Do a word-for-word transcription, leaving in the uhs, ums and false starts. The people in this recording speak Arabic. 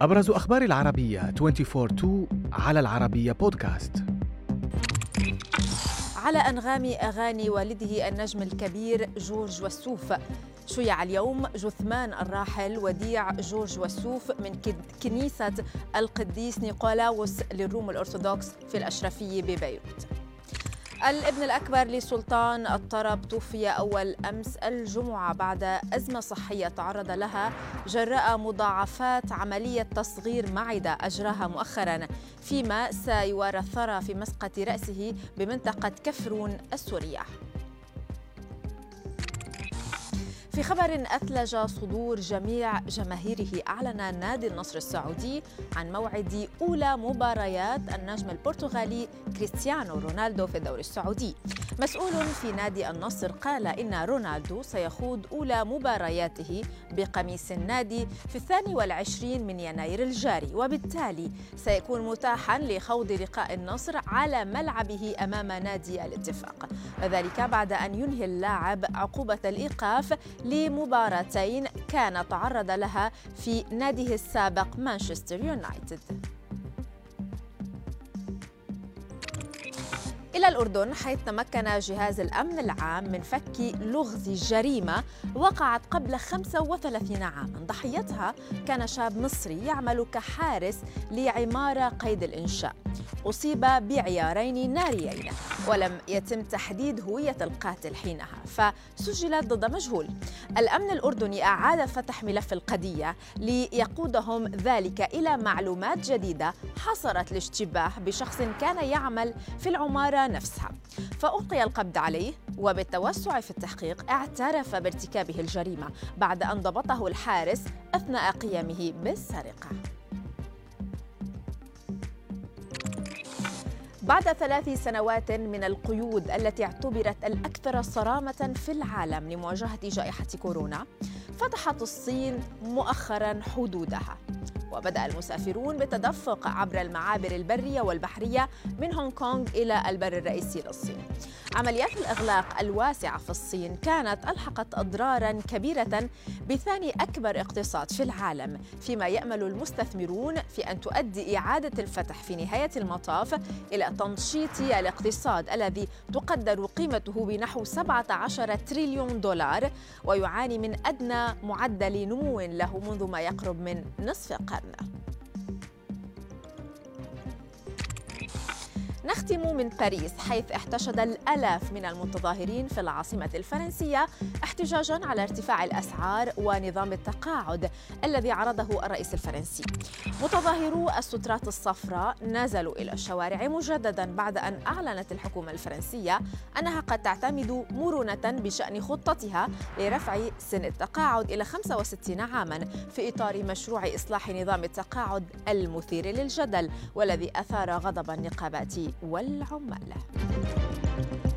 أبرز أخبار العربية أربعة وعشرين اثنين على العربية بودكاست. على أنغام أغاني والده النجم الكبير جورج وسوف، شيع اليوم جثمان الراحل وديع جورج وسوف من كنيسة القديس نيقولاوس للروم الأرثوذكس في الأشرفية ببيروت. الابن الأكبر لسلطان الطرب توفي أول أمس الجمعة بعد أزمة صحية تعرض لها جراء مضاعفات عملية تصغير معدة أجراها مؤخراً، فيما سيوارى الثرى في مسقط رأسه بمنطقة كفرون السورية. في خبر أثلج صدور جميع جماهيره، أعلن نادي النصر السعودي عن موعد أولى مباريات النجم البرتغالي كريستيانو رونالدو في الدوري السعودي. مسؤول في نادي النصر قال إن رونالدو سيخوض أولى مبارياته بقميص النادي في الثاني والعشرين من يناير الجاري، وبالتالي سيكون متاحا لخوض لقاء النصر على ملعبه أمام نادي الاتفاق، وذلك بعد أن ينهي اللاعب عقوبة الإيقاف لمباراتين كان تعرض لها في ناديه السابق مانشستر يونايتد. إلى الأردن، حيث تمكن جهاز الأمن العام من فك لغز جريمة وقعت قبل خمسة وثلاثين عاماً. ضحيتها كان شاب مصري يعمل كحارس لعمارة قيد الإنشاء، أصيب بعيارين ناريين ولم يتم تحديد هوية القاتل حينها، فسجلت ضد مجهول. الأمن الأردني أعاد فتح ملف القضية ليقودهم ذلك إلى معلومات جديدة حصرت الاشتباه بشخص كان يعمل في العمارة نفسها، فألقي القبض عليه، وبالتوسع في التحقيق اعترف بارتكابه الجريمة بعد أن ضبطه الحارس أثناء قيامه بالسرقة. بعد ثلاث سنوات من القيود التي اعتبرت الأكثر صرامة في العالم لمواجهة جائحة كورونا، فتحت الصين مؤخراً حدودها، وبدأ المسافرون بالتدفق عبر المعابر البرية والبحرية من هونغ كونغ إلى البر الرئيسي للصين. عمليات الإغلاق الواسعة في الصين كانت ألحقت أضراراً كبيرة بثاني أكبر اقتصاد في العالم، فيما يأمل المستثمرون في أن تؤدي إعادة الفتح في نهاية المطاف إلى تنشيط الاقتصاد الذي تقدر قيمته بنحو سبعة عشر تريليون دولار، ويعاني من أدنى معدل نمو له منذ ما يقرب من نصف قرن. نختم من باريس، حيث احتشد الآلاف من المتظاهرين في العاصمة الفرنسية احتجاجاً على ارتفاع الأسعار ونظام التقاعد الذي عرضه الرئيس الفرنسي. متظاهرو السترات الصفراء نزلوا إلى الشوارع مجدداً بعد أن أعلنت الحكومة الفرنسية أنها قد تعتمد مرونة بشأن خطتها لرفع سن التقاعد إلى خمسة وستين عاماً في إطار مشروع إصلاح نظام التقاعد المثير للجدل والذي أثار غضب النقابات والعمال.